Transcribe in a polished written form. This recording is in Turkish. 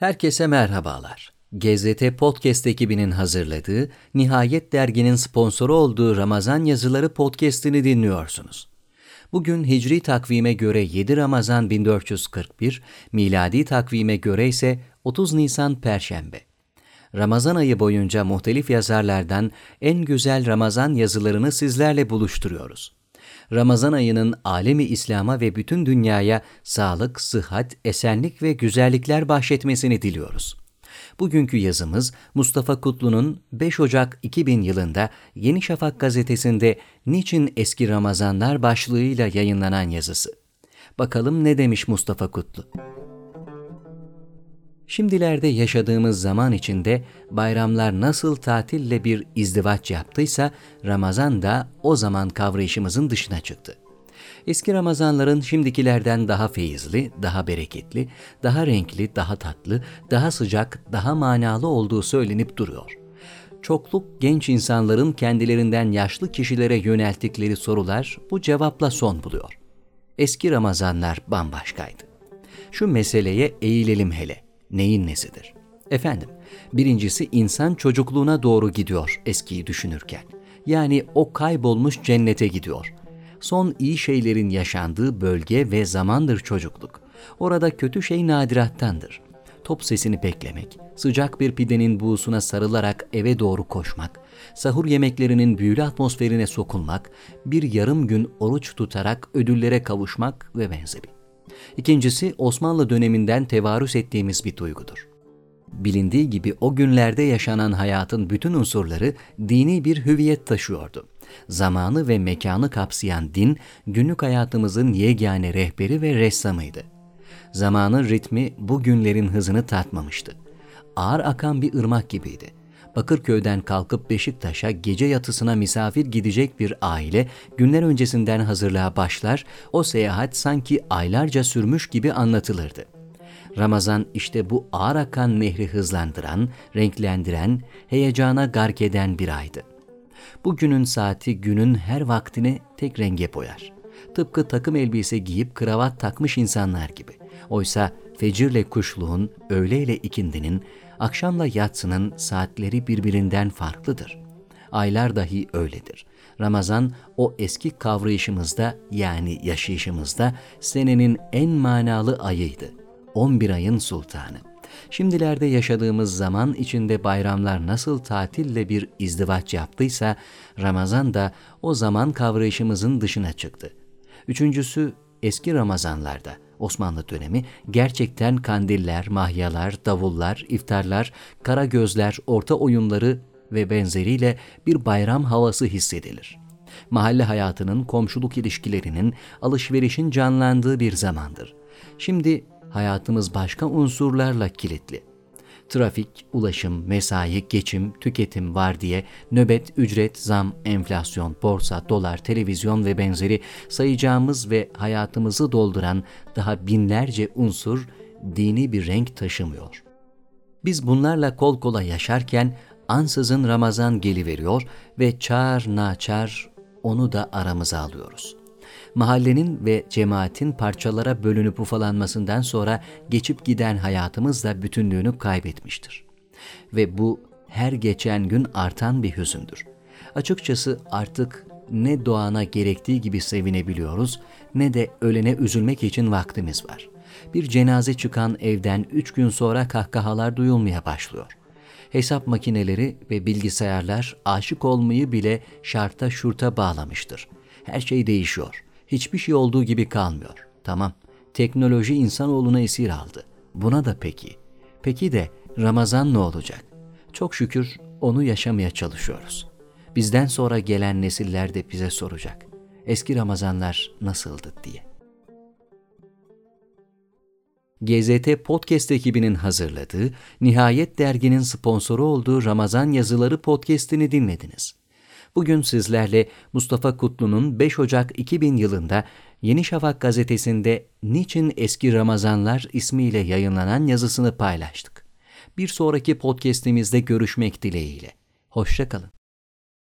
Herkese merhabalar. GZT Podcast ekibinin hazırladığı, Nihayet Dergi'nin sponsoru olduğu Ramazan Yazıları podcast'ini dinliyorsunuz. Bugün Hicri takvime göre 7 Ramazan 1441, miladi takvime göre ise 30 Nisan Perşembe. Ramazan ayı boyunca muhtelif yazarlardan en güzel Ramazan yazılarını sizlerle buluşturuyoruz. Ramazan ayının alemi İslam'a ve bütün dünyaya sağlık, sıhhat, esenlik ve güzellikler bahşetmesini diliyoruz. Bugünkü yazımız Mustafa Kutlu'nun 5 Ocak 2000 yılında Yeni Şafak gazetesinde "Niçin Eski Ramazanlar" başlığıyla yayınlanan yazısı. Bakalım ne demiş Mustafa Kutlu? Şimdilerde yaşadığımız zaman içinde bayramlar nasıl tatille bir izdivaç yaptıysa Ramazan da o zaman kavrayışımızın dışına çıktı. Eski Ramazanların şimdikilerden daha feyizli, daha bereketli, daha renkli, daha tatlı, daha sıcak, daha manalı olduğu söylenip duruyor. Çokluk genç insanların kendilerinden yaşlı kişilere yönelttikleri sorular bu cevapla son buluyor. Eski Ramazanlar bambaşkaydı. Şu meseleye eğilelim hele. Neyin nesidir? Efendim, birincisi insan çocukluğuna doğru gidiyor eskiyi düşünürken. Yani o kaybolmuş cennete gidiyor. Son iyi şeylerin yaşandığı bölge ve zamandır çocukluk. Orada kötü şey nadirattandır. Top sesini beklemek, sıcak bir pidenin buğusuna sarılarak eve doğru koşmak, sahur yemeklerinin büyülü atmosferine sokulmak, bir yarım gün oruç tutarak ödüllere kavuşmak ve benzeri. İkincisi Osmanlı döneminden tevarüs ettiğimiz bir duygudur. Bilindiği gibi o günlerde yaşanan hayatın bütün unsurları dini bir hüviyet taşıyordu. Zamanı ve mekanı kapsayan din, günlük hayatımızın yegane rehberi ve ressamıydı. Zamanın ritmi bu günlerin hızını tatmamıştı. Ağır akan bir ırmak gibiydi. Bakırköy'den kalkıp Beşiktaş'a gece yatısına misafir gidecek bir aile günler öncesinden hazırlığa başlar, o seyahat sanki aylarca sürmüş gibi anlatılırdı. Ramazan işte bu ağır akan nehri hızlandıran, renklendiren, heyecana gark eden bir aydı. Bugünün saati günün her vaktini tek renge boyar. Tıpkı takım elbise giyip kravat takmış insanlar gibi. Oysa fecirle kuşluğun, öğleyle ikindinin, akşamla yatsının saatleri birbirinden farklıdır. Aylar dahi öyledir. Ramazan o eski kavrayışımızda yani yaşayışımızda senenin en manalı ayıydı. 11 ayın sultanı. Şimdilerde yaşadığımız zaman içinde bayramlar nasıl tatille bir izdivaç yaptıysa Ramazan da o zaman kavrayışımızın dışına çıktı. Üçüncüsü eski Ramazanlarda Osmanlı dönemi gerçekten kandiller, mahyalar, davullar, iftarlar, kara gözler, orta oyunları ve benzeriyle bir bayram havası hissedilir. Mahalle hayatının, komşuluk ilişkilerinin, alışverişin canlandığı bir zamandır. Şimdi hayatımız başka unsurlarla kilitli. Trafik, ulaşım, mesai, geçim, tüketim, vardiya, nöbet, ücret, zam, enflasyon, borsa, dolar, televizyon ve benzeri sayacağımız ve hayatımızı dolduran daha binlerce unsur dini bir renk taşımıyor. Biz bunlarla kol kola yaşarken ansızın Ramazan geliveriyor ve çağır naçar onu da aramıza alıyoruz. Mahallenin ve cemaatin parçalara bölünüp ufalanmasından sonra geçip giden hayatımız da bütünlüğünü kaybetmiştir. Ve bu her geçen gün artan bir hüzündür. Açıkçası artık ne doğana gerektiği gibi sevinebiliyoruz ne de ölene üzülmek için vaktimiz var. Bir cenaze çıkan evden 3 gün sonra kahkahalar duyulmaya başlıyor. Hesap makineleri ve bilgisayarlar aşık olmayı bile şarta şurta bağlamıştır. Her şey değişiyor. Hiçbir şey olduğu gibi kalmıyor. Tamam, teknoloji insanoğlunu esir aldı. Buna da peki. Peki de Ramazan ne olacak? Çok şükür onu yaşamaya çalışıyoruz. Bizden sonra gelen nesiller de bize soracak. Eski Ramazanlar nasıldı diye. GZT Podcast ekibinin hazırladığı, Nihayet Dergi'nin sponsoru olduğu Ramazan Yazıları podcast'ini dinlediniz. Bugün sizlerle Mustafa Kutlu'nun 5 Ocak 2000 yılında Yeni Şafak gazetesinde "Niçin Eski Ramazanlar" ismiyle yayınlanan yazısını paylaştık. Bir sonraki podcast'imizde görüşmek dileğiyle. Hoşça kalın.